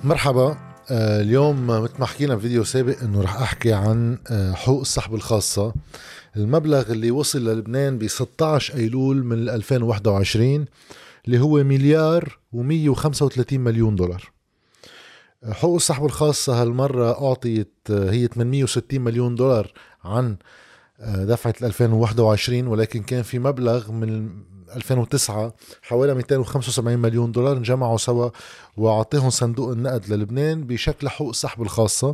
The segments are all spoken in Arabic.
مرحبا. اليوم مثل ما حكينا بفيديو سابق انه رح احكي عن حقوق السحب الخاصة. المبلغ اللي وصل للبنان ب 16 ايلول من 2021 اللي هو مليار و135 مليون دولار. حقوق السحب الخاصة هالمرة اعطيت هي 860 مليون دولار عن دفعة 2021، ولكن كان في مبلغ من 2009 حوالي 275 مليون دولار انجمعوا سوا وعطيهم صندوق النقد للبنان بشكل حقوق السحب الخاصة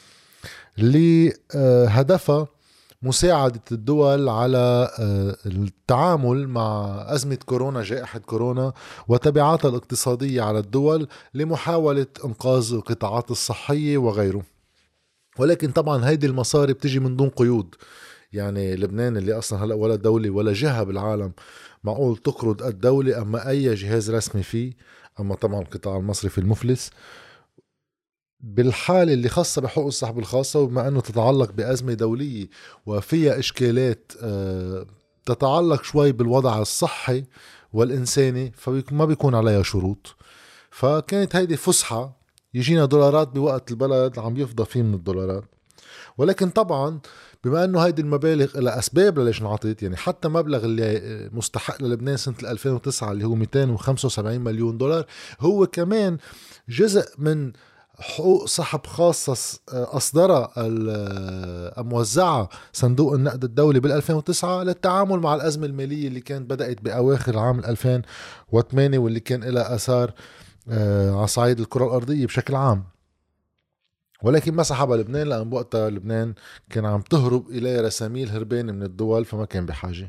اللي هدفها مساعدة الدول على التعامل مع أزمة كورونا، جائحة كورونا وتبعاتها الاقتصادية على الدول لمحاولة إنقاذ القطاعات الصحية وغيره. ولكن طبعا هيدي المصاري بتجي من دون قيود، يعني لبنان اللي اصلا هلا ولا دولة ولا جهة بالعالم معقول تقرض الدولة اما اي جهاز رسمي فيه، اما طبعا القطاع المصرفي المفلس. بالحالة اللي خاصة بحقوق السحب الخاصة وبما انه تتعلق بأزمة دولية وفيها اشكالات تتعلق شوي بالوضع الصحي والإنساني، فما بيكون عليها شروط، فكانت هيدي فسحة يجينا دولارات بوقت البلد عم يفضى فيه من الدولارات. ولكن طبعا بما انه هيدي المبالغ لها اسباب ليش انعطيت، يعني حتى مبلغ اللي مستحق للبنان سنة 2009 اللي هو 275 مليون دولار هو كمان جزء من حقوق سحب خاصة أصدرها موزعة صندوق النقد الدولي بال 2009 للتعامل مع الأزمة المالية اللي كانت بدأت بأواخر عام 2008 واللي كان لها آثار على صعيد الكرة الأرضية بشكل عام. ولكن ما سحبها لبنان لأن بوقتها لبنان كان عم تهرب إليه رساميل هربان من الدول، فما كان بحاجة.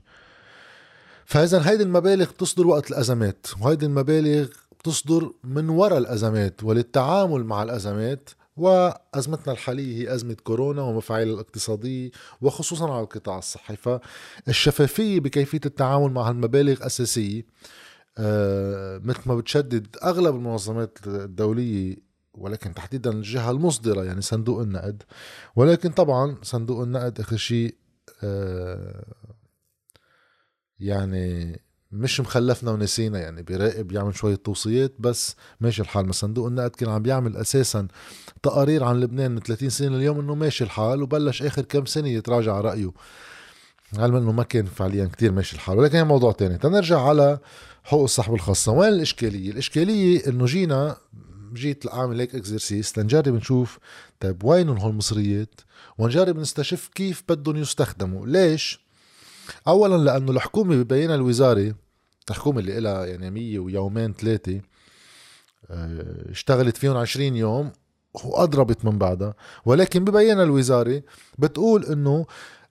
فإذا هيدي المبالغ تصدر وقت الأزمات، وهيدي المبالغ تصدر من وراء الأزمات وللتعامل مع الأزمات، وأزمتنا الحالية هي أزمة كورونا ومفاعيل الاقتصادية وخصوصا على القطاع الصحي. فالشفافية بكيفية التعامل مع هالمبالغ أساسية، مثل ما بتشدد أغلب المنظمات الدولية، ولكن تحديدا الجهة المصدرة يعني صندوق النقد. ولكن طبعا صندوق النقد آخر شيء يعني مش مخلفنا ونسينا، يعني بيراقب يعمل شوية توصيات بس ماشي الحال. ما صندوق النقد كان عم بيعمل أساسا تقارير عن لبنان من 30 سنة اليوم انه ماشي الحال، وبلش آخر كم سنة يتراجع رأيه علما انه ما كان فعليا كتير ماشي الحال. ولكن هي موضوع تاني. تنرجع على حقوق السحب الخاصة. وين الإشكالية؟ الإشكالية انه جيت اعمل هيك اكزرسيس لنجرب نشوف طيب وينهم هول المصريات، ونجرب نستشف كيف بدهم يستخدموا. ليش؟ اولا لانه الحكومة ببينها الوزاري، الحكومة اللي لها يعني 100 ويومين 3 اشتغلت فيهم 20 يوم واضربت من بعدها، ولكن ببينها الوزاري بتقول انه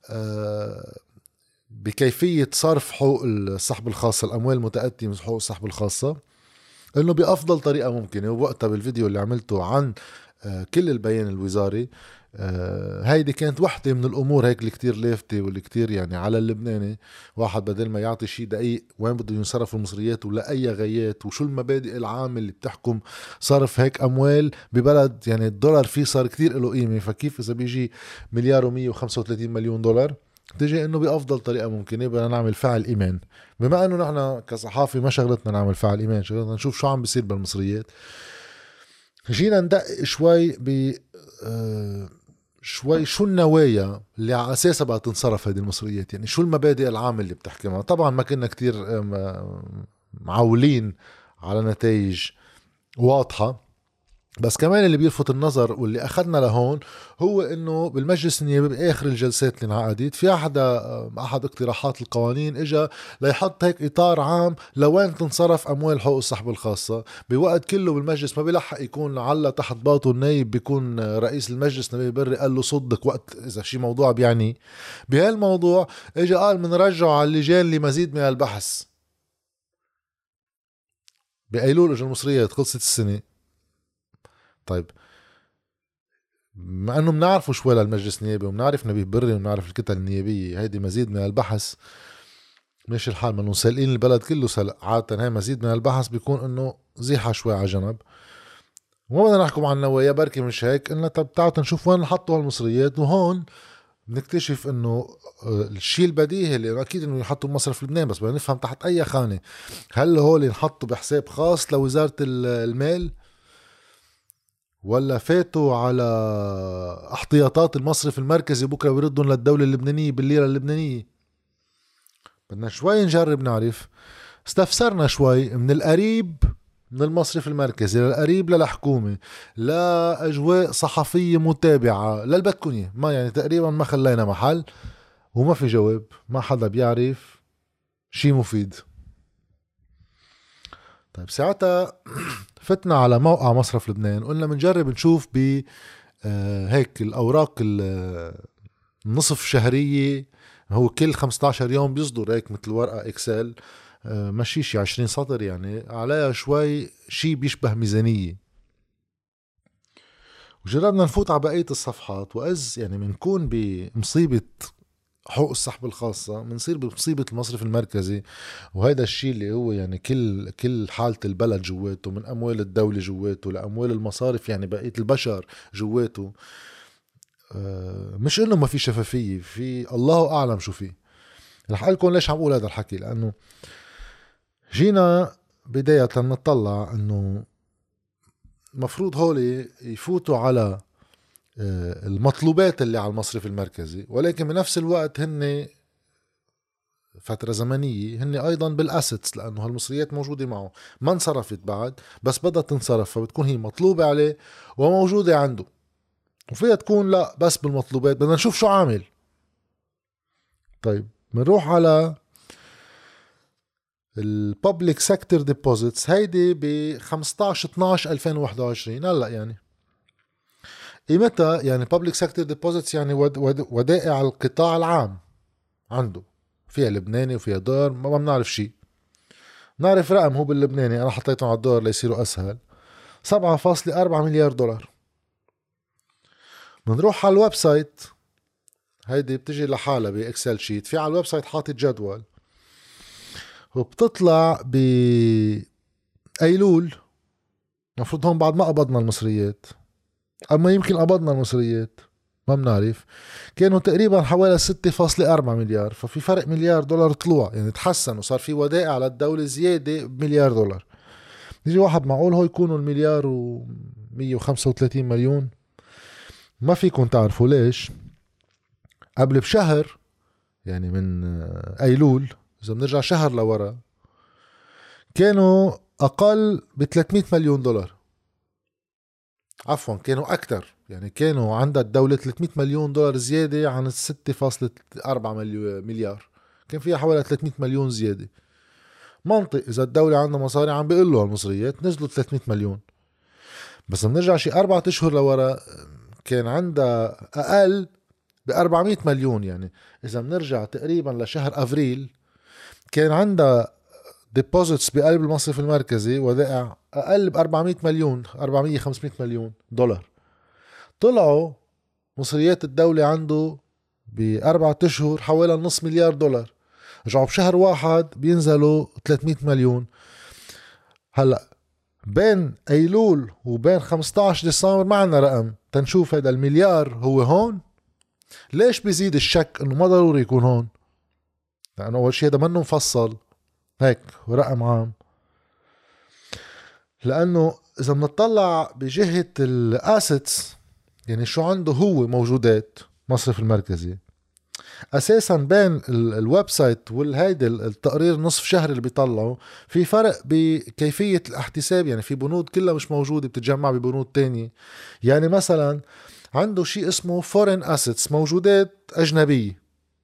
بكيفية صرف حقوق السحب الخاصة، الأموال المتأتية من حقوق السحب الخاصة، إنه بأفضل طريقة ممكنة. ووقتها بالفيديو اللي عملته عن كل البيان الوزاري، هيدي كانت وحدة من الأمور هيك اللي كتير لافتة واللي كتير يعني على اللبناني. واحد بدل ما يعطي شي دقيق وين بده ينصرف المصريات ولا أي غايات وشو المبادئ العامة اللي بتحكم صرف هيك أموال ببلد يعني الدولار فيه صار كتير له قيمة، فكيف إذا بيجي مليار و135 مليون دولار تجي انه بافضل طريقه ممكنه بدنا نعمل فعل ايمان. بما انه نحن كصحافه ما شغلتنا نعمل فعل ايمان، شغلتنا نشوف شو عم بيصير بالمصريات. جينا ندقق شوي ب شوي شو النوايا اللي على اساسها بقى تنصرف هذه المصريات، يعني شو المبادئ العامه اللي بتحكمها. طبعا ما كنا كتير معولين على نتائج واضحه، بس كمان اللي بيلفت النظر واللي اخذنا لهون هو انه بالمجلس النيابي باخر الجلسات اللي انعقدت في احد اقتراحات القوانين اجى ليحط هيك اطار عام لوين تنصرف اموال حقوق السحب الخاصه، بوقت كله بالمجلس ما بيلحق يكون لعله تحت باطه النايب بيكون رئيس المجلس نبيه بري قال له صدق وقت اذا شي موضوع بيعني بهالموضوع. اجى قال بنرجعه على اللجان لمزيد من البحث. بايلول اجى المصريات خلصت السنه. طيب مع انه بنعرفوا شوي للمجلس النيابي وبنعرف نبيه بري وبنعرف الكتل النيابيه هيدي مزيد من البحث، ماشي الحال منه سالقين البلد كله سلق. عاده هاي مزيد من البحث بيكون انه زيحه شوي على جنب، وما بدنا نحكم عن النوايا بركي مش هيك قلنا طب تعالوا نشوف وين حطوا هالمصريات. وهون بنكتشف انه الشيء البديهي اللي اكيد انه يحطوا مصرف لبنان، بس بدنا نفهم تحت اي خانه. هل هول ينحطوا بحساب خاص لوزاره المال ولا فاتوا على احتياطات المصرف المركزي بكرة بيردون للدولة اللبنانية بالليرة اللبنانية؟ بدنا شوي نجرب نعرف. استفسرنا شوي من القريب من المصرف المركزي للقريب للحكومة، لا أجواء صحفية متابعة للبتكونية، ما يعني تقريبا ما خلينا محل، وما في جواب، ما حدا بيعرف شي مفيد. طيب ساعتها فتنا على موقع مصرف لبنان، قلنا بنجرب نشوف ب هيك الأوراق النصف شهرية، هو كل 15 يوم بيصدر هيك مثل ورقة اكسل، ماشي شي 20 سطر، يعني عليها شوي شي بيشبه ميزانية. وجربنا نفوت على بقية الصفحات، وإذ يعني بنكون بمصيبة حقوق السحب الخاصة، بنصير بمصيبة المصرف المركزي. وهذا الشيء اللي هو يعني كل حالة البلد جواته، من أموال الدولة جواته لأموال المصارف، يعني بقية البشر جواته. مش إنه ما في شفافية، في الله أعلم شو فيه. رح أقول لكم ليش عم أقول هذا الحكي، لأنه جينا بداية نطلع إنه مفروض هولي يفوتوا على المطلوبات اللي على المصرف المركزي، ولكن بنفس الوقت هن فترة زمنية هن أيضا بالأسيتس، لأنه هالمصريات موجودة معه ما انصرفت بعد، بس بدها تنصرف، فبتكون هي مطلوبة عليه وموجودة عنده. وفيها تكون لا بس بالمطلوبات، بدنا نشوف شو عامل. طيب بنروح على الببليك سيكتور ديبوزيتس، هيدي ب 15/12/2021 هلا، يعني قيمتها يعني بابليك سيكتور ديبوزيتس يعني ودائع القطاع العام عنده، فيها لبناني وفيها دولار، ما بنعرف شيء. نعرف رقم هو باللبناني، انا حطيته على الدولار ليصيروا اسهل، 7.4 مليار دولار. بنروح على الويب سايت، هيدي بتجي لحالها باكسل شيت، في على الويب سايت حاطط جدول، وبتطلع بأيلول. المفروض هون بعد ما قبضنا المصريات، اما يمكن قبضنا المصريات ما بنعرف، كانوا تقريبا حوالي 6.4 مليار، ففي فرق مليار دولار طلوع، يعني تحسن وصار في ودائع للدولة زيادة بمليار دولار. يجي واحد معقول هو يكونوا المليار و135 مليون؟ ما فيكم تعرفوا ليش. قبل بشهر، يعني من أيلول، إذا بنرجع شهر لورا، كانوا أقل ب 300 مليون دولار، عفوا كانوا أكتر، يعني كانوا عندها الدولة 300 مليون دولار زيادة عن 6.4 مليار، كان فيها حوالي 300 مليون زيادة. منطق، إذا الدولة عندها مصاري عم بيقولوا المصريات نزلوا 300 مليون. بس بنرجع شي 4 أشهر لورا، كان عندها أقل ب 400 مليون. يعني إذا بنرجع تقريبا لشهر أفريل، كان عندها ديبوزيتس بقلب المصرف المركزي ودائع أقل ب 400 مليون، 400 500 مليون دولار. طلعوا مصريات الدولة عنده بأربعة أشهر حوالي نص مليار دولار، رجعوا بشهر واحد بينزلوا 300 مليون. هلأ بين أيلول وبين 15 ديسمبر ما عنا رقم تنشوف هذا المليار هو هون. ليش بيزيد الشك انه ما ضروري يكون هون؟ لأنه أول شيء هذا منه مفصل هيك ورقم عام. لأنه إذا بنطلع بجهة الأسيتس، يعني شو عنده هو موجودات مصرف المركزي، أساسا بين الويب سايت والهيدي التقرير النصف شهر اللي بيطلعوا، في فرق بكيفية الاحتساب. يعني في بنود كلها مش موجودة بتتجمع ببنود تانية. يعني مثلا عنده شيء اسمه foreign assets، موجودات أجنبية.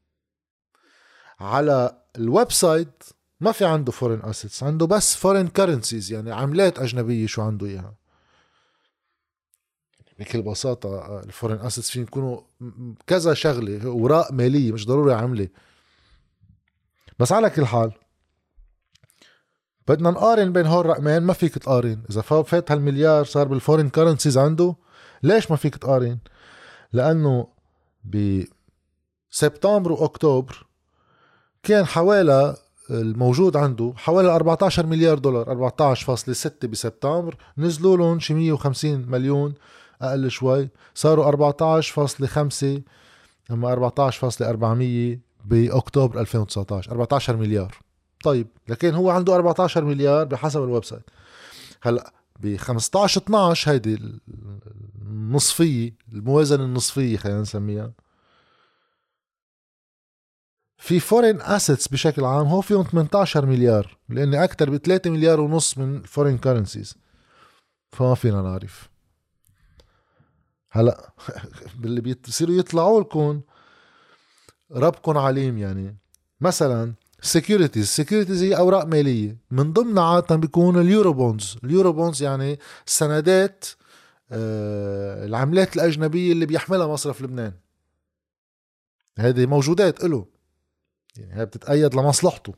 على الويب سايت ما في عنده foreign assets، عنده بس foreign currencies، يعني عملات أجنبية شو عنده إياها. بكل بساطة الفورين اسيتس فين يكونوا كذا شغلة، وراء مالية مش ضروري عملة. بس على كل حال بدنا نقارن بين هول الرقمين، ما فيك تقارن. إذا فات هالمليار صار بالفورين كارنسيز عنده، ليش ما فيك تقارن؟ لأنه بسبتمبر وأكتوبر كان حوالي الموجود عنده حوالي 14 مليار دولار، 14.6 بسبتمبر، نزلوا لهم شي 150 مليون أقل شوي، صاروا 14.5، أما 14.400 بأكتوبر 2019، 14 مليار. طيب لكن هو عنده 14 مليار بحسب الويب سايت. هلأ ب 15 12 هيدي النصفية، الموازنة النصفية خلينا نسميها، في فورين اسيتس بشكل عام هو فيهم 18 مليار، لاني اكثر ب 3 مليار ونص من فورين كارنسيز. فما فينا نعرف هلا باللي بيصيروا يطلعوا لكم ربكم عليم. يعني مثلا سيكيورتيز هي اوراق ماليه، من ضمنها عاده بيكون اليورو بونز. اليورو بونز يعني سندات العملات الاجنبيه اللي بيحملها مصرف لبنان، هذه موجودات له، يعني هي بتتأيد لمصلحته.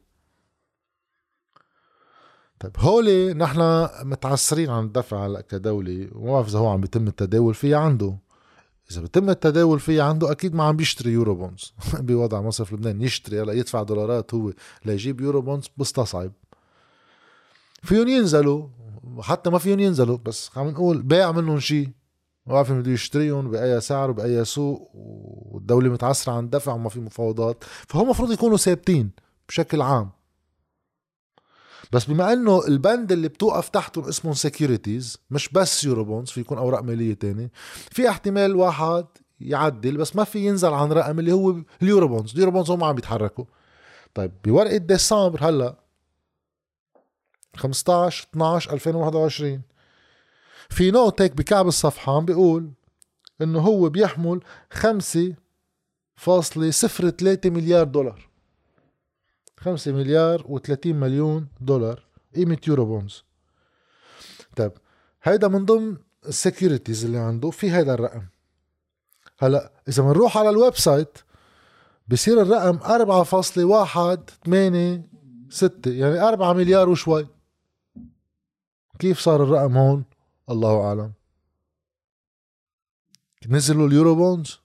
طيب هولي نحن متعسرين عن الدفع هلا كدولة، وما بعرف اذا هو عم بيتم التداول فيها عنده. اذا بيتم التداول فيها عنده اكيد ما عم بيشتري يورو بونز بوضع مصرف لبنان يشتري هلا يدفع دولارات هو ليجيب يورو بونز بستصعب. فيهم ينزلوا، حتى ما فيهم ينزلوا، بس عم نقول باع منهم شيء، ما بعرف بده يشتريهم بأي سعر وبأي سوق، والدولة متعسرة عن الدفع وما في مفاوضات، فهم مفروض يكونوا ثابتين بشكل عام. بس بما انه البند اللي بتوقف تحتهم اسمهم سيكيورتيز، مش بس يورو بونز، في يكون اوراق ماليه تاني، في احتمال واحد يعدل بس ما في ينزل عن رقم اللي هو اليورو بونز. اليورو بونز هم عم بيتحركوا. طيب بورقه ديسمبر هلا 15 12 2021 في نوت هيك بكعب الصفحه عم بيقول انه هو بيحمل 5.03 مليار دولار، 5 مليار و30 مليون دولار قيمة يورو بونز. طيب هيدا من ضمن السكيورتيز اللي عنده في هيدا الرقم. هلا إذا بنروح على الويب سايت بصير الرقم 4.186، يعني 4 مليار وشوي. كيف صار الرقم هون؟ الله أعلم. نزلوا اليورو بونز.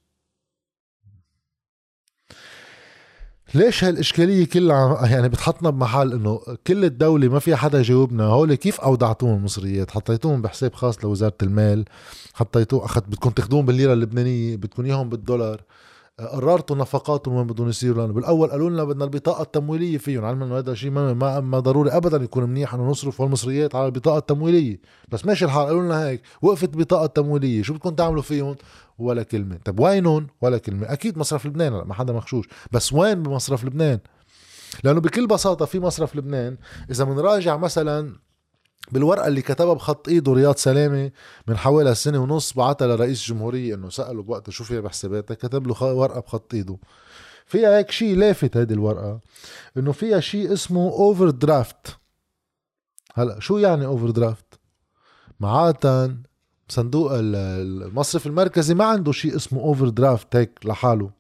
ليش هالإشكالية كلها يعني بتحطنا بمحل إنه كل الدولة ما في حدا يجاوبنا؟ هول كيف أودعتوهم المصريات؟ حطيتوهم بحساب خاص لوزارة المال، حطيتوه بدكم تاخدوهم بالليرة اللبنانية، بدكم إياهم بالدولار، قررتوا نفقاتهم وين بدهم يصيروا. لأنه بالأول قالوا لنا بدنا البطاقة التمويلية فيهم، علما إنه هذا شيء ما ضروري أبدا يكون منيح إنه نصرف هالمصريات على البطاقة التمويلية، بس ماشي الحال قالوا لنا هيك. وقفت البطاقة التمويلية، شو بدكم تعملوا فيهم؟ ولا كلمة. طب وينهم؟ ولا كلمة. أكيد مصرف لبنان، ما حدا مخشوش، بس وين بمصرف لبنان؟ لأنه بكل بساطة في مصرف لبنان إذا منراجع مثلا بالورقة اللي كتبها بخط ايده رياض سلامة من حوالي سنة ونص، بعتها لرئيس الجمهورية انه سأله بوقتها شو فيها بحساباتها، كتب له ورقة بخط ايده فيها هيك شيء لافت. هيدي الورقة انه فيها شيء اسمه اوفر درافت. هلا شو يعني اوفر درافت؟ عادة صندوق المصرف المركزي ما عنده شيء اسمه اوفر درافت هيك لحاله.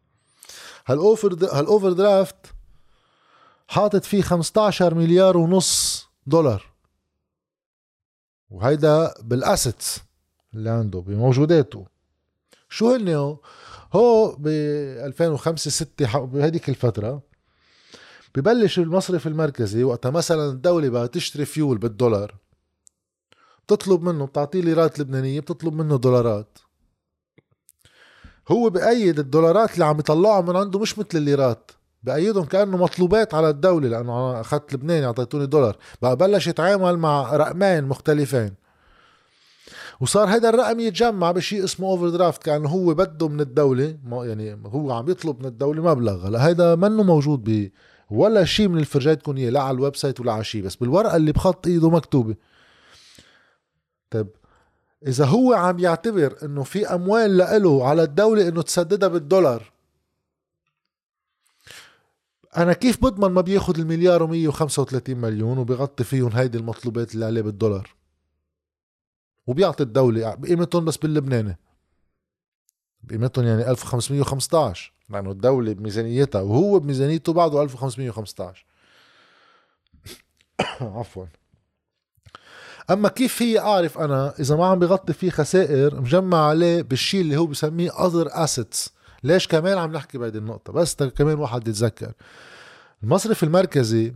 هالاوفر درافت حاطط فيه 15 مليار ونص دولار، وهيدا بالاسيتس اللي عنده بموجوداته. شو هن هو ب 2005 6 بهديك الفترة ببلش المصرف المركزي وقتها مثلا الدولة بدها تشتري فيول بالدولار، بتطلب منه، بتعطيه ليرات لبنانية، بتطلب منه دولارات. هو بأيد الدولارات اللي عم يطلعها من عنده مش مثل الليرات، بأيدهم كأنه مطلوبات على الدولة، لأنه أنا أخذت لبناني أعطيتوني دولار، بقى بلش يتعامل مع رقمين مختلفين، وصار هذا الرقم يتجمع بشيء اسمه اوفر درافت، كأنه هو بده من الدولة، يعني هو عم يطلب من الدولة مبلغ. هلا هذا منه موجود ولا شيء من الفرجايتكم اياه، لا على الويب سايت ولا على شيء، بس بالورقة اللي بخط ايده مكتوبة. طيب اذا هو عم يعتبر انه في اموال لإله على الدولة انه تسددها بالدولار، انا كيف بضمن ما بياخد المليار و135 مليون وبيغطي فيهم هيدي المطلوبات اللي عليه بالدولار، وبيعطي الدولة بقيمتهم بس باللبناني بقيمتهم يعني 1515، لأنه الدولة بميزانيتها وهو بميزانيته بعده 1515 عفوا. أما كيف هي أعرف أنا إذا ما عم بغطي فيه خسائر مجمع عليه بالشيء اللي هو بسميه other assets؟ ليش كمان عم نحكي بهذه النقطة؟ بس كمان واحد يتذكر المصرف المركزي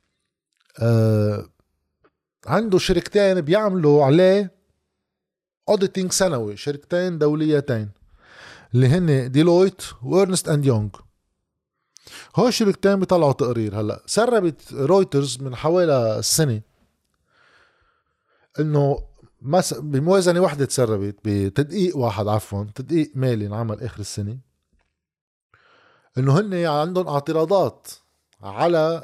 عنده شركتين بيعملوا عليه auditing سنوي، شركتين دوليتين اللي هن ديلويت وارنست اند يونغ. هو الشركتين بيطلعوا تقرير. هلا سربت رويترز من حوالي السنة انه بموازنة واحدة تسربت، بتدقيق واحد عفوا، تدقيق مالي انعمل اخر السنة، انه هن عندهم اعتراضات على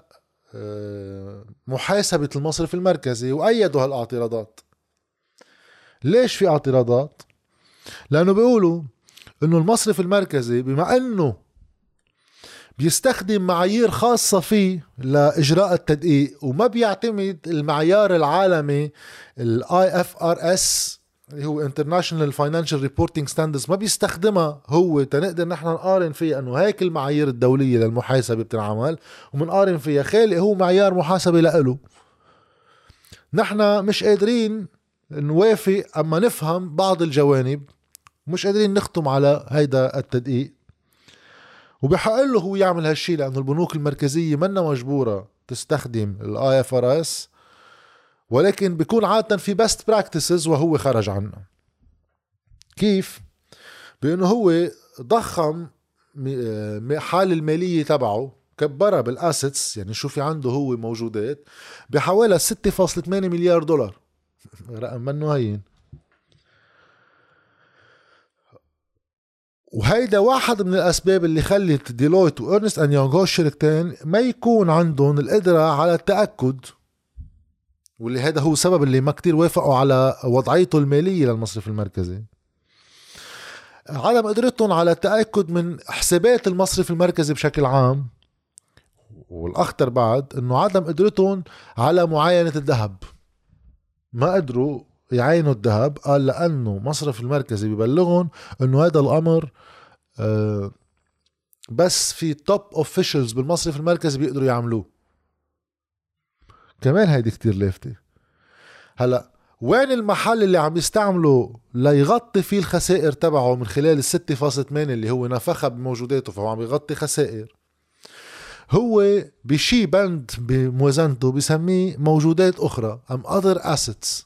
محاسبة المصرف المركزي، وأيدوا هالاعتراضات. ليش في اعتراضات؟ لأنه بيقولوا انه المصرف المركزي بما انه بيستخدم معايير خاصة فيه لإجراء التدقيق وما بيعتمد المعيار العالمي ال IFRS اللي هو International Financial Reporting Standards، ما بيستخدمها هو تنقدر نحن نقارن فيها انه هيك المعايير الدولية للمحاسبة بتنعمل ومنقارن فيها، خالق هو معيار محاسبة لإله. نحن مش قادرين نوافق اما نفهم بعض الجوانب، مش قادرين نختم على هيدا التدقيق، وبحق له هو يعمل هالشي لأنه البنوك المركزية منا مجبورة تستخدم ال IFRS، ولكن بيكون عادة في best practices وهو خرج عنها. كيف؟ بأنه هو ضخم حال المالية تبعه، كبرها بالاسيتس، يعني شو في عنده هو موجودات بحوالي 6.8 مليار دولار، رقم منه هين. وهيدا واحد من الأسباب اللي خلت ديلويت وإرنست أند يونغ الشركتين ما يكون عندهم القدرة على التأكد، واللي هذا هو سبب اللي ما كتير وافقوا على وضعيته المالية للمصرف المركزي. عدم قدرتهم على التأكد من حسابات المصرف المركزي بشكل عام، والأخطر بعد أنه عدم قدرتهم على معاينة الذهب. ما قدروا يعينوا الذهب، قال لأنه مصرف المركزي بيبلغهم أنه هذا الأمر بس في توب اوفيشلز بالمصرف المركزي بيقدروا يعملوه. كمان هيدي كتير لافتة. هلأ وين المحل اللي عم يستعمله ليغطي فيه الخسائر تبعه من خلال 6.8 اللي هو نفخها بموجوداته فهو عم يغطي خسائر؟ هو بشي بند بموازنته بيسميه موجودات أخرى أم other assets.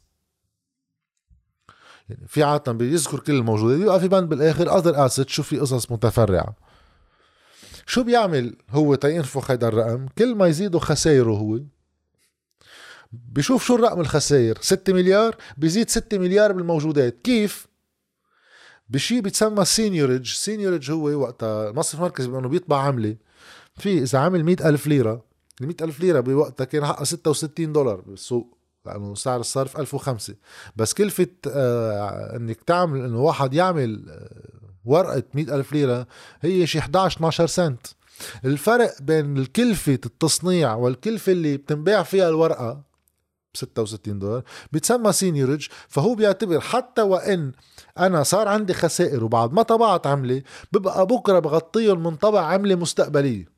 يعني في عادة بيذكر كل الموجودات، بيبقى في بند بالآخر other assets، شو في قصص متفرعة. شو بيعمل هو تينفخ هيدا الرقم؟ كل ما يزيدوا خسائره هو بيشوف شو الرقم الخسائر، 6 مليار بيزيد 6 مليار بالموجودات. كيف؟ بشي بيتسمى سينيورج. سينيورج هو وقتها المصرف المركزي بأنه بيطبع عملة، في إذا عمل 100,000 ليرة، 100,000 ليرة بوقتها كان حقها 66 دولار بالسوق لأنه سعر الصرف 1005، بس كلفة انك تعمل انه واحد يعمل ورقة 100,000 ليرة هي شي 11-12 سنت. الفرق بين الكلفة التصنيع والكلفة اللي بتنباع فيها الورقة 66 دولار بيتسمى سينيورج. فهو بيعتبر حتى وإن أنا صار عندي خسائر وبعد ما طبعت عملة ببقى بكرة بغطيهم من طبع عملة مستقبلية،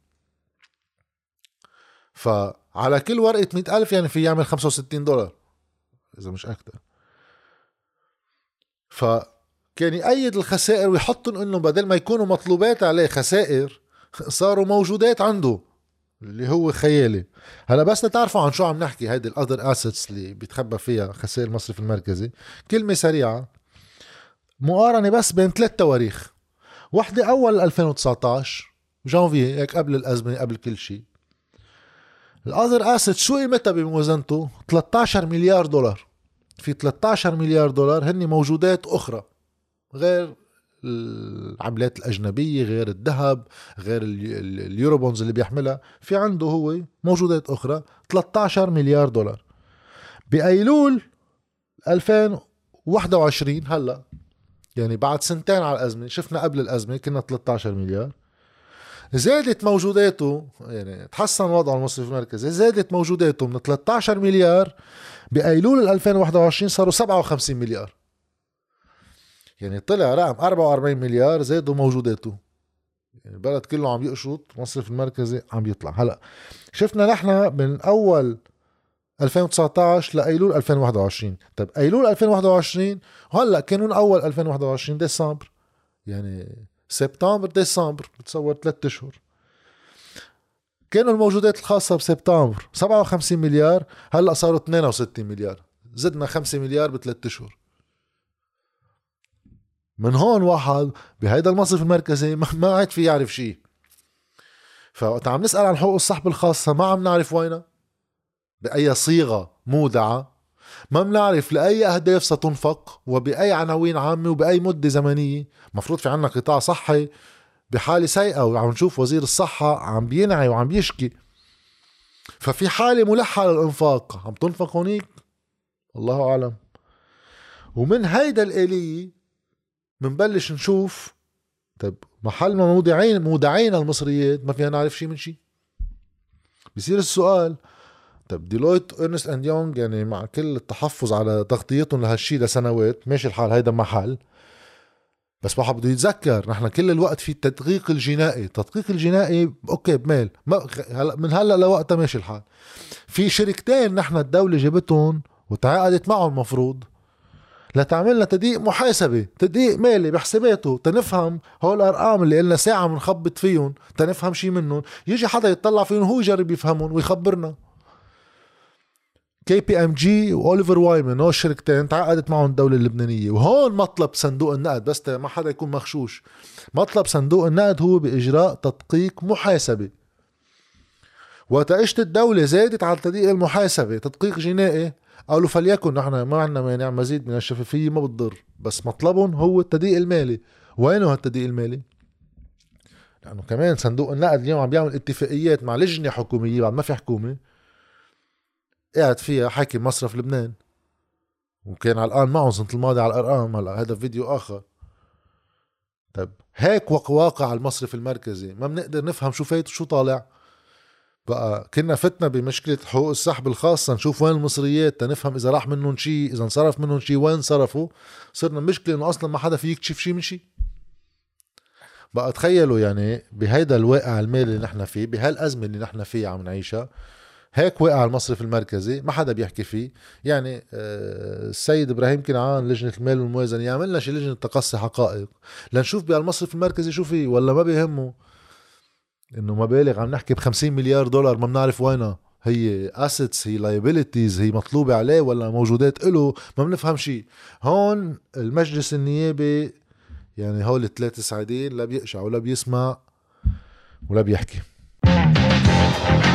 فعلى كل ورقة 100,000 يعني في يعمل 65 دولار إذا مش أكتر. فكان يأيد الخسائر ويحطن إنه بدل ما يكونوا مطلوبات عليه خسائر صاروا موجودات عنده اللي هو خيالي. هلا بس نتعرفوا عن شو عم نحكي، هيدي الأذر أسيتس اللي بيتخبى فيها خسائر المصرف المركزي. كلمة سريعة مقارنة بس بين 3 تواريخ. واحدة أول 2019 جانفي، هيك قبل الأزمة قبل كل شيء. الأذر أسيتس شو قيمتها بموازنته؟ 13 مليار دولار. في 13 مليار دولار هن موجودات أخرى غير العملات الأجنبية، غير الذهب، غير اليوروبونز اللي بيحملها. في عنده هو موجودات أخرى 13 مليار دولار. بأيلول 2021 هلأ يعني بعد سنتين على الأزمة، شفنا قبل الأزمة كنا 13 مليار، زادت موجوداته، يعني تحسن وضع المصرف المركزي، زادت موجوداته من 13 مليار بأيلول 2021 صاروا 57 مليار. يعني طلع رقم 44 مليار زادوا موجوداته. يعني البلد كله عم يقشط، المصرف المركزي عم يطلع. هلأ شفنا نحن من أول 2019 لأيلول 2021. طب أيلول 2021 وهلأ كانوا أول 2021 ديسمبر، يعني سبتمبر ديسمبر بتصور 3 أشهر كانوا الموجودات الخاصة بسبتمبر 57 مليار، هلأ صاروا 62 مليار، زدنا 5 مليار ب3 أشهر. من هون واحد بهيدا المصرف المركزي ما عاد في يعرف شيء. فوقت عم نسأل عن حقوق الصحب الخاصة ما عم نعرف وينها، بأي صيغة مودعة، ما بنعرف لأي أهداف ستنفق وبأي عناوين عامة وبأي مدة زمنية. مفروض في عنا قطاع صحي بحالة سيئة، وعم نشوف وزير الصحة عم بينعي وعم بيشكي. ففي حالة ملحة للإنفاق عم تنفق هونيك، الله أعلم. ومن هيدا الآلية منبلش نشوف طيب محل ما مودعين المصريات ما فينا نعرف شي من شي. بيصير السؤال طيب ديلويت ارنست اند يونغ يعني مع كل التحفظ على تغطيتهم لهالشي لسنوات ماشي الحال، هيدا محل. بس واحد بده يتذكر نحن كل الوقت في التدقيق الجنائي. التدقيق الجنائي اوكي بمال من هلا لوقتها ماشي الحال. في شركتين نحن الدولة جابتهم وتعاقدت معهم مفروض لتعملنا تدقيق محاسبة، تدقيق مالي بحساباته تنفهم هول الأرقام اللي قلنا ساعة منخبط فيهم تنفهم شي منهم. يجي حدا يتطلع فيهم هو يجرب يفهمهم ويخبرنا. KPMG وأوليفر وايمن هو الشركتين تعاقدت معهم الدولة اللبنانية. وهون مطلب صندوق النقد، بس ما حدا يكون مخشوش، مطلب صندوق النقد هو بإجراء تدقيق محاسبة. وتعيشت الدولة زادت على التدقيق المحاسبة تدقيق جنائي، قالوا فليكن نحن ما عندنا مانع مزيد من الشفافية ما بتضر، بس مطلبهم هو التدقيق المالي. وينه هالتدقيق المالي؟ لأنه كمان صندوق النقد اليوم عم بيعمل اتفاقيات مع لجنة حكومية بعد ما في حكومة قاعد فيها حاكم مصرف لبنان، وكان على الآن معهم سنة الماضي على الأرقام. هلا هذا فيديو آخر. طيب هيك واقع المصرف المركزي ما بنقدر نفهم شو فايت وشو طالع. بقى كنا فتنا بمشكلة حقوق السحب الخاصة نشوف وين المصريات تنفهم إذا راح منهم شي، إذا انصرف منهم شي وين صرفوا. صرنا مشكلة إنه أصلا ما حدا في يكشف شي من شي. بقى تخيلوا يعني بهيدا الواقع المالي اللي نحن فيه، بهالأزمة اللي نحن فيها عم نعيشها، هيك واقع المصرف المركزي ما حدا بيحكي فيه. يعني السيد إبراهيم كنعان لجنة المال والموازنة يعملنا شي لجنة تقصي حقائق لنشوف بالمصرف المركزي شو فيه، ولا ما بيهمه انه مبالغ عم نحكي ب$50 مليار ما بنعرف وينها، هي assets هي liabilities هي مطلوبة عليه ولا موجودات إله، ما بنفهم شيء. هون المجلس النيابي يعني هول الثلاثة سعيدين لا بيقشع ولا بيسمع ولا بيحكي.